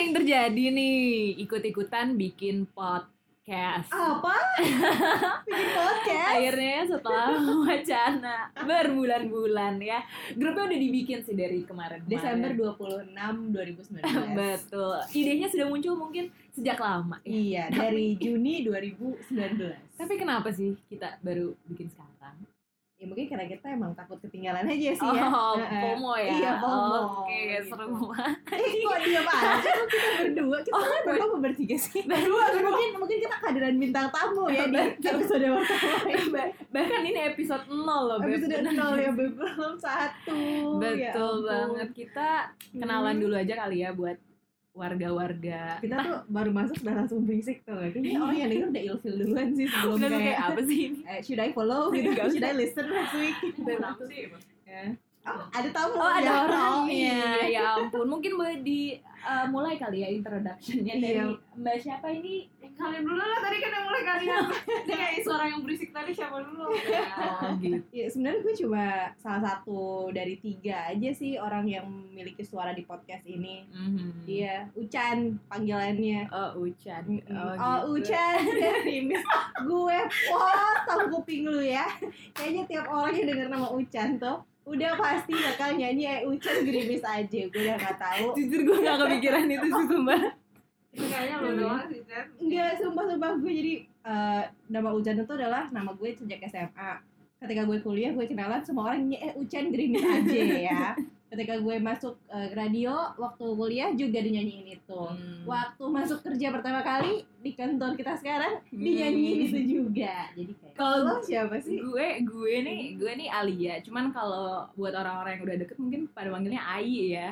sering terjadi nih, ikut-ikutan bikin podcast. Apa? Bikin podcast? Akhirnya setelah wacana berbulan-bulan ya, grupnya udah dibikin sih dari kemarin. Desember 26, 2019. Betul. Idenya sudah muncul mungkin sejak lama ya. Iya, dari Juni 2019. Tapi kenapa sih kita baru bikin sekarang? Ya mungkin karena kita emang takut ketinggalan aja sih ya. FOMO ya. Iya, FOMO. Oke, gitu. seru banget. Kok diam aja? Kok kita berdua? Kita kan berdua bertiga sih. Mungkin kita kehadiran bintang tamu ya di episode pertama. Bahkan ini episode 0 loh, Beb. Episode 0 ya, belum 1. Betul banget. Kita kenalan dulu aja kali ya buat warga-warga. Kita tuh baru masuk udah langsung berisik tuh. Kayaknya orang yang denger udah ilfil duluan sih sebelum kayak apa sih ini? Should I follow gitu? Should I listen next week? Kenapa sih? Ya. Oh, ada tamu. Oh, ada ya. orangnya. Ya ampun. Mungkin boleh mulai kali ya introduction-nya dari Iya. Mbak siapa ini? Kalian dulu lah, tadi kan yang mulai kalian. Kayak suara yang berisik tadi siapa dulu? Oh, gitu. Ya, sebenarnya gue cuma salah satu dari 3 aja sih orang yang memiliki suara di podcast ini. Iya, Ucan panggilannya. Oh, Ucan. Oh, Ucan gerimis. Gue potong kuping lu ya. Kayaknya tiap orang yang denger nama Ucan tuh udah pasti bakal nyanyi Ucan gerimis aja. Gue udah gak tahu. Jujur gue gak kepikiran itu sih, sumpah. Itu kayaknya lo doang sih, Jen. Enggak, sumpah gue jadi nama Ucan itu adalah nama gue sejak SMA. Ketika gue kuliah, gue kenalan semua orang Ucan gerimis aja ya. Ketika gue masuk radio waktu kuliah juga dinyanyiin itu. Waktu masuk kerja pertama kali di kantor kita sekarang dinyanyiin itu juga. Jadi kayak Kalau lo siapa sih? gue nih Alia. Cuman kalau buat orang-orang yang udah deket mungkin pada manggilnya Ai ya.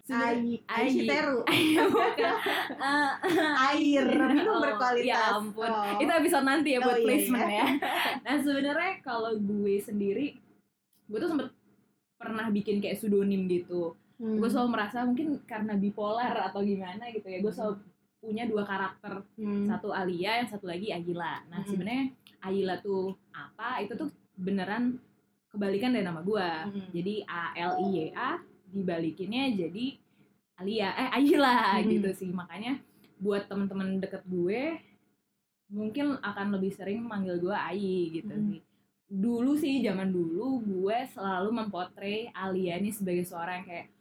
Ai Shiteru. Bukan. Air minum Oh, berkualitas. ya ampun. Oh. Itu episode nanti ya buat Oh, iya, placement iya. ya. Nah sebenarnya kalau gue sendiri, gue tuh sempet pernah bikin kayak pseudonym gitu. Gue selalu merasa mungkin karena bipolar atau gimana gitu ya. Gue selalu punya 2 karakter. Satu Alia, yang satu lagi Agila. Nah sebenarnya Agila tuh apa? Itu tuh beneran kebalikan dari nama gue. Jadi ALIYA dibalikinnya jadi Agila gitu sih. Makanya buat temen-temen deket gue mungkin akan lebih sering manggil gue Ai gitu sih. Dulu sih, zaman dulu gue selalu mempotret Alia ini sebagai seorang yang kayak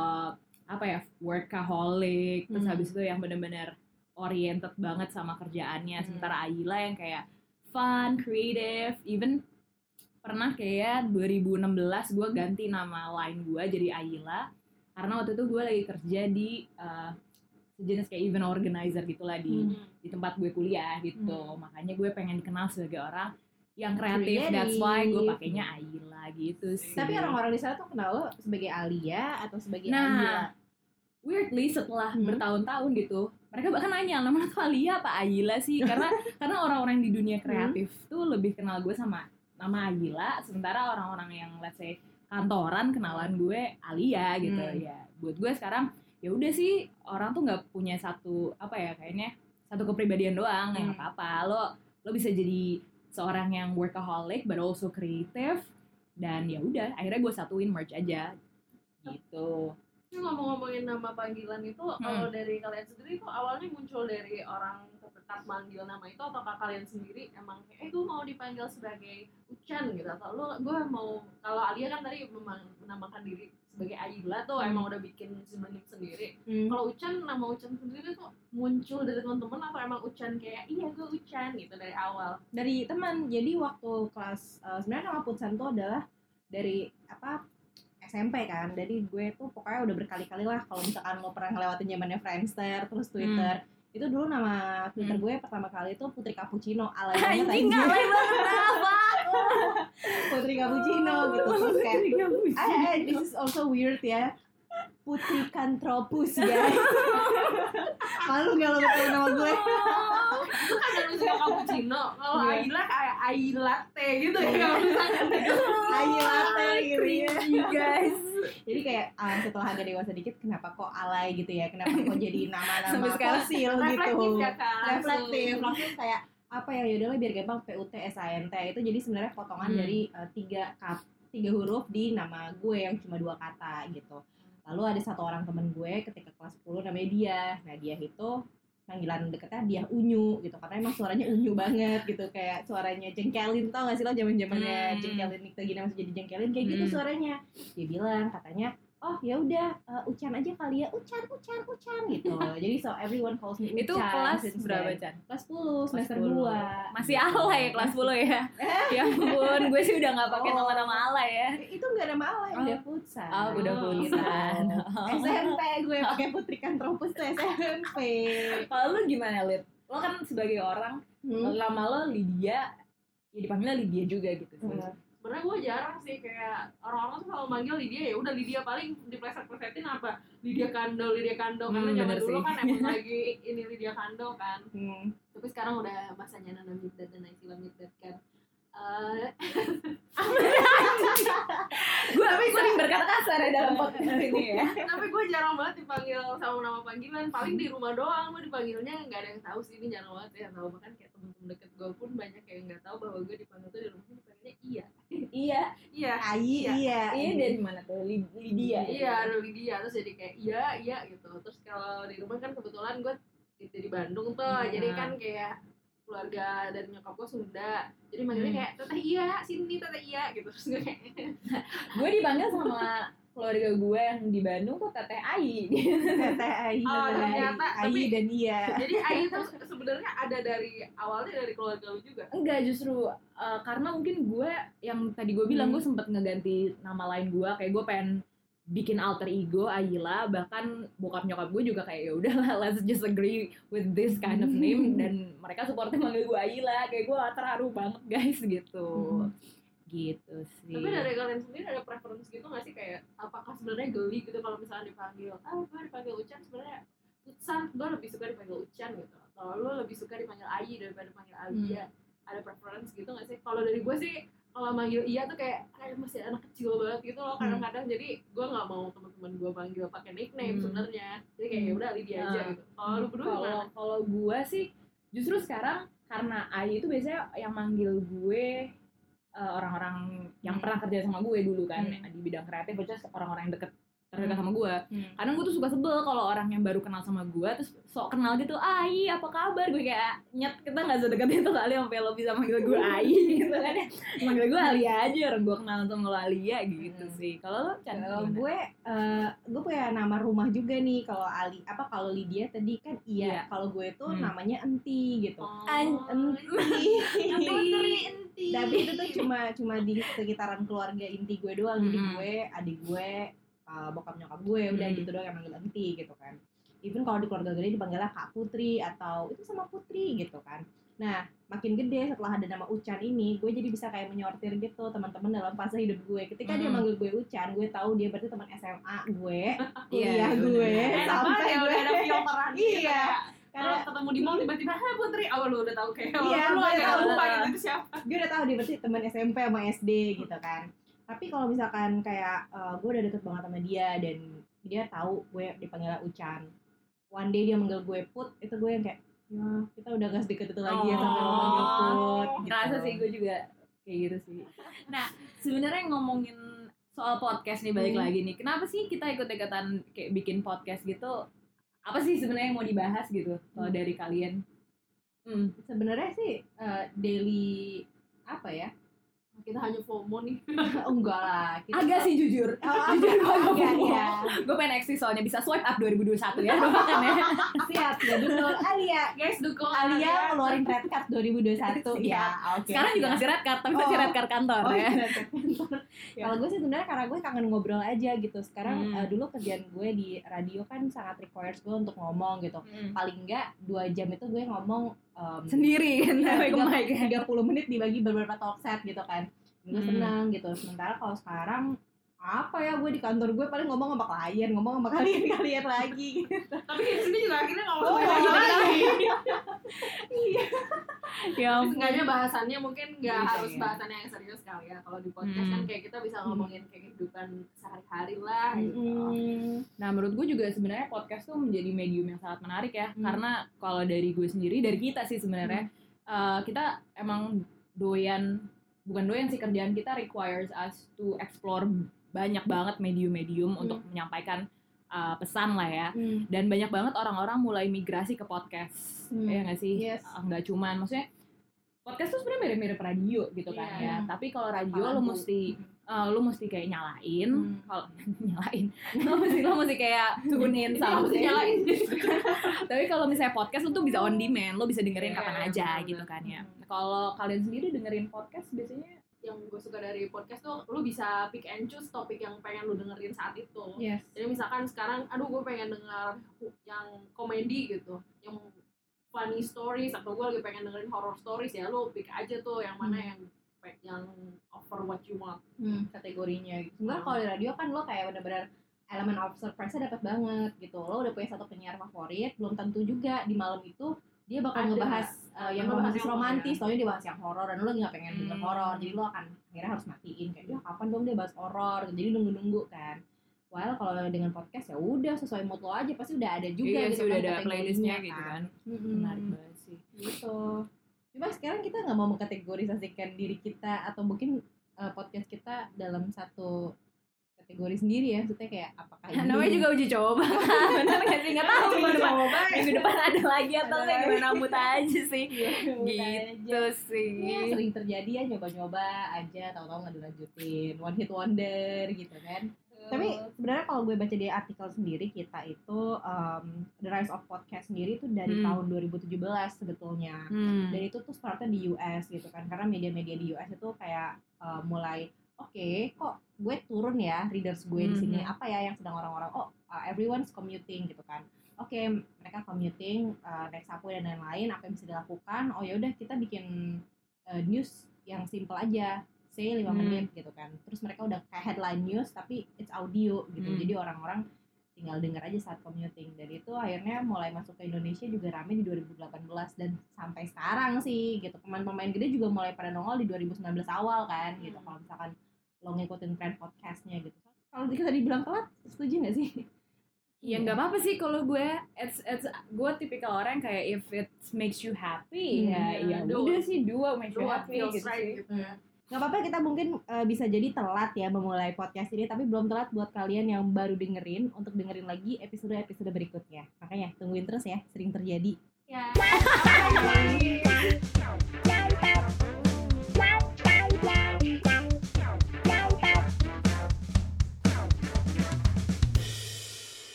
workaholic, terus habis itu yang benar-benar oriented banget sama kerjaannya. Sementara Aila yang kayak fun, creative, even pernah kayak 2016 gue ganti nama line gue jadi Aila karena waktu itu gue lagi kerja di sejenis kayak event organizer gitulah di tempat gue kuliah gitu. Makanya gue pengen dikenal sebagai orang yang kreatif, that's why gue pakainya Aila gitu sih. Tapi orang-orang di sana tuh kenal lo sebagai Alia atau sebagai Aila? Nah, weirdly setelah bertahun-tahun gitu, mereka bahkan nanya, nama tuh Alia apa Aila sih? Karena orang-orang di dunia kreatif tuh lebih kenal gue sama nama Aila, sementara orang-orang yang let's say kantoran kenalan gue Alia gitu ya. Buat gue sekarang ya udah sih, orang tuh nggak punya satu kayaknya satu kepribadian doang, ya nggak apa-apa. Lo bisa jadi seorang yang workaholic but also creative, dan ya udah akhirnya gue satuin merge aja gitu. Ini ngomong-ngomongin nama panggilan itu, kalau dari kalian sendiri itu awalnya muncul dari orang terdekat manggil nama itu, ataukah kalian sendiri emang kayak gue mau dipanggil sebagai Ucan gitu, atau gue mau, kalau Alia kan tadi menamakan diri sebagai Aila tuh emang udah bikin pseudonym sendiri. Kalau Ucan, nama Ucan sendiri tuh muncul dari teman-teman atau emang Ucan kayak iya gue Ucan gitu dari awal? Dari teman. Jadi waktu kelas sebenarnya nama Ucan tuh adalah dari SMP kan. Jadi gue tuh pokoknya udah berkali-kali lah kalau misalkan lo pernah ngelewatin zamannya Friendster terus Twitter. Itu dulu nama Twitter gue pertama kali itu Putri Cappuccino. Alay banget Anjing, alay banget apa? Putri Cappuccino gitu. Terus kayak this is also weird ya. Putri Kantropus guys. Malu gak lo ketemu nama gue? Itu kan dari suka cappuccino. Kalau Aila kayak Ailatte gitu ya, kalau misalkan Ailatte gitu ya guys. Jadi kayak setelah agak dewasa dikit, kenapa kok alay gitu ya? Kenapa kok jadi nama-nama Sampai sekarang fosil gitu? reflektif ya kan? Reflektif kayak apa ya? Yaudahlah biar gampang PUTSANT itu jadi sebenarnya potongan dari 3 huruf di nama gue yang cuma 2 kata gitu. Lalu ada satu orang temen gue ketika kelas 10 namanya dia. Nah dia itu panggilan deketnya dia Unyu gitu, karena emang suaranya unyu banget gitu, kayak suaranya jengkelin, tau gak sih lo zaman-zamannya jengkelin Nikita Gina masih jadi jengkelin kayak gitu suaranya. Dia bilang katanya, oh ya udah Ucan aja kali ya, Ucan gitu. Jadi so everyone calls me Ucan. Itu kelas berapa, Chan? Kelas 10 semester 2. Masih alay ya kelas 10 ya. Ya ampun, gue sih udah enggak pakai nama-nama alay ya. Itu enggak nama alay, udah Putsan. Oh, udah Putsan. SMP gue pakai Putri Kantropus tuh SMP. Kalau lu gimana, Lid? Lo kan sebagai orang, nama lo Lydia, ya dipanggilnya Lydia juga gitu sih. Sebenarnya gue jarang sih, kayak orang-orang tuh kalau manggil Lydia ya udah Lydia, paling dipleset-plesetin apa Lydia Kando karena zaman dulu kan emang lagi ini Lydia Kando kan. Tapi sekarang udah masanya Nana Mirdad dan Naysila Mirdad kan. Gue sering berkata kasar ya dalam podcast ini ya. Tapi gue jarang banget dipanggil sama nama panggilan, paling di rumah doang gue dipanggilnya, nggak ada yang tahu sih, ini jarang banget ya tahu. Bahkan kayak temen-temen deket gue pun banyak yang nggak tahu bahwa gue dipanggil tuh di rumahnya dipanggilnya Iya. Dari mana tuh? Lydia. Iya, ada Lydia, terus jadi kayak iya gitu. Terus kalau di rumah kan kebetulan gue di Bandung tuh, jadi kan kayak keluarga dari nyokap gue Sunda, jadi manggilnya kayak teteh iya, sini teteh iya gitu. Terus gue kayak gue dipanggil sama keluarga gue yang di Bandung tuh teteh Ai. Teteh Ai. Oh, ternyata Ai dan Iya. Jadi Ai itu sebenarnya ada dari awalnya dari keluarga lu juga? Enggak, justru karena mungkin gue yang tadi gue bilang gue sempet ngeganti nama lain gue, kayak gue pengen bikin alter ego Ayla, bahkan bokap nyokap gue juga kayak ya udahlah, let's just agree with this kind of name, dan mereka supportnya manggil gue Ayla, kayak gue terharu banget guys gitu. Gitu sih. Tapi dari kalian sendiri ada preference gitu nggak sih, kayak apakah sebenarnya geli gitu kalau misalnya dipanggil gue dipanggil Ucan, sebenarnya Utsan gue lebih suka dipanggil Ucan gitu, atau lo lebih suka dipanggil Ayi daripada dipanggil Alia? Ada preference gitu nggak sih? Kalau dari gue sih, kalau manggil iya tuh kayak masih anak kecil banget gitu loh kadang-kadang. Jadi gue nggak mau teman-teman gue panggil pakai nickname sebenarnya, jadi kayak ya udah Lydia aja gitu. Kalau lu berdua gimana? Kalau gue sih justru sekarang, karena Ai itu biasanya yang manggil gue orang-orang yang pernah kerja sama gue dulu kan di bidang kreatif, which is orang-orang yang terdekat sama gue. Kadang gue tuh suka sebel kalau orang yang baru kenal sama gue terus sok kenal gitu, Ai apa kabar, gue kayak nyet, kita nggak sedekat itu kali sampai lo bisa manggil gue Ai gitu kan ya. Manggil gue Alia aja, orang gue kenal sama lo Alia gitu sih. Kalau lo Chan? Kalau gue punya nama rumah juga nih. Kalau kalau Lydia tadi kan iya. Kalau gue tuh namanya Enti gitu. Enti. Tapi itu tuh cuma di sekitaran keluarga inti gue doang. Jadi gue, adik gue, bokap nyokap gue udah gitu doang yang manggil Enti gitu kan. Even kalau di keluarga gede dipanggilnya Kak Putri atau itu sama Putri gitu kan. Nah makin gede setelah ada nama Ucan ini, gue jadi bisa kayak menyortir gitu teman-teman dalam fase hidup gue. Ketika dia manggil gue Ucan, gue tahu dia berarti teman SMA gue, kuliah gue, sampai gue udah ada filteran. Iya. Kalau ketemu di mall tiba-tiba Putri, lu udah tahu kayak lu udah lupa gitu itu siapa. Gue udah tahu dia berarti teman SMP sama SD gitu kan. Tapi kalau misalkan kayak gue udah deket banget sama dia dan dia tahu gue dipanggil Ucan, one day dia manggil gue Put, itu gue yang kayak ya kita udah gak sedekat itu lagi ya sampai lo manggil Put gitu. Rasa sih gue juga kayak gitu sih. Nah sebenarnya ngomongin soal podcast nih, balik lagi nih, kenapa sih kita ikut-ikutan kayak bikin podcast gitu? Apa sih sebenarnya yang mau dibahas gitu kalau dari kalian? Sebenarnya sih daily apa ya? Kita hanya FOMO nih. Enggak lah. Agak sih jujur. Jujur gue agak FOMO. Gue pengen eksis soalnya bisa swipe up 2021 ya. Doakan ya. Siap ya dulu. Alia. Guys dukung Alia keluarin red card 2021 ya. Oke. Sekarang juga ngasih red card, tapi masih red card kantor ya. Kalau gue sih sebenarnya karena gue kangen ngobrol aja gitu. Sekarang dulu kerjaan gue di radio kan sangat requires gue untuk ngomong gitu. Paling enggak 2 jam itu gue ngomong sendiri kan, 30 menit dibagi beberapa talk set gitu kan. Gue senang gitu. Sementara kalau sekarang apa ya, gue di kantor gue paling ngomong sama klien, ngomong sama kalian lagi gitu. Tapi di sini juga akhirnya ngomong lagi. Iya. Ya, sengaja bahasannya mungkin nggak harus bahasannya yang serius kali ya. Kalau di podcast kan kayak kita bisa ngomongin kayak kehidupan sehari-hari lah gitu. Nah menurut gue juga sebenarnya podcast tuh menjadi medium yang sangat menarik ya. Karena kalau dari gue sendiri, dari kita sih sebenarnya kita emang bukan doyan sih, kerjaan kita requires us to explore banyak banget medium-medium untuk menyampaikan pesan lah ya. Dan banyak banget orang-orang mulai migrasi ke podcast, ya nggak sih? Yes. Nggak cuman, maksudnya podcast tuh sebenarnya mirip-mirip radio gitu kan ya. Tapi kalau radio lo mesti kayak nyalain, kalau nyalain, lo mesti kayak turunin sama mesti nyalain. Tapi kalau misalnya podcast lo tuh bisa on demand, lo bisa dengerin kapan aja gitu kan ya. Kalau kalian sendiri dengerin podcast biasanya? Yang gue suka dari podcast tuh lu bisa pick and choose topik yang pengen lu dengerin saat itu. Jadi misalkan sekarang gue pengen denger yang komedi gitu, yang funny stories, atau gue lagi pengen dengerin horror stories, ya lu pick aja tuh yang mana yang offer what you want kategorinya gitu. Sebenarnya kalau di radio kan lo kayak benar-benar elemen of surprise-nya dapat banget gitu. Lo udah punya satu penyiar favorit, belum tentu juga di malam itu dia bakal ngebahas yang romantis, soalnya dia bahas yang horor dan lo lagi nggak pengen denger horor, jadi lo akan akhirnya harus matiin kayak dia kapan dong dia bahas horor, jadi nunggu kan. While kalau dengan podcast ya udah sesuai mood lo aja, pasti udah ada juga gitu, udah ada playlistnya gitu kan. Menarik banget sih gitu. Coba sekarang kita nggak mau mengkategorisasikan diri kita atau mungkin podcast kita dalam satu kategori sendiri ya, maksudnya kayak apakah ini namanya juga uji coba. Benar nggak sih, nggak tahu minggu depan ada lagi atau nggak, gimana mood aja sih gitu sih ya, sering terjadi ya, nyoba-nyoba aja, tahu-tahu nggak dilanjutin, one hit wonder gitu kan. Tapi sebenarnya kalau gue baca di artikel sendiri kita itu The Rise of Podcast sendiri itu dari tahun 2017 sebetulnya. Dan itu tuh startnya di US gitu kan, karena media-media di US itu kayak mulai kok gue turun ya readers gue di sini, apa ya yang sedang orang-orang everyone's commuting gitu kan. Mereka commuting naik subway dan lain-lain, apa yang bisa dilakukan? Ya udah kita bikin news yang simple aja, say 5 menit gitu kan. Terus mereka udah kayak headline news tapi it's audio gitu. Jadi orang-orang tinggal denger aja saat commuting. Dan itu akhirnya mulai masuk ke Indonesia juga rame di 2018 dan sampai sekarang sih gitu. Pemain-pemain gede juga mulai pada nongol di 2019 awal kan gitu. Kalau misalkan lo ngikutin tren podcastnya gitu. Kalau kita dibilang telat, setuju nggak sih? Ya nggak apa-apa sih kalau gue. Gue tipikal orang kayak if it makes you happy ya udah sih makes you happy gitu sih. Nggak apa-apa, kita mungkin bisa jadi telat ya memulai podcast ini, tapi belum telat buat kalian yang baru dengerin untuk dengerin lagi episode-episode berikutnya. Makanya tungguin terus ya, sering terjadi. Ya.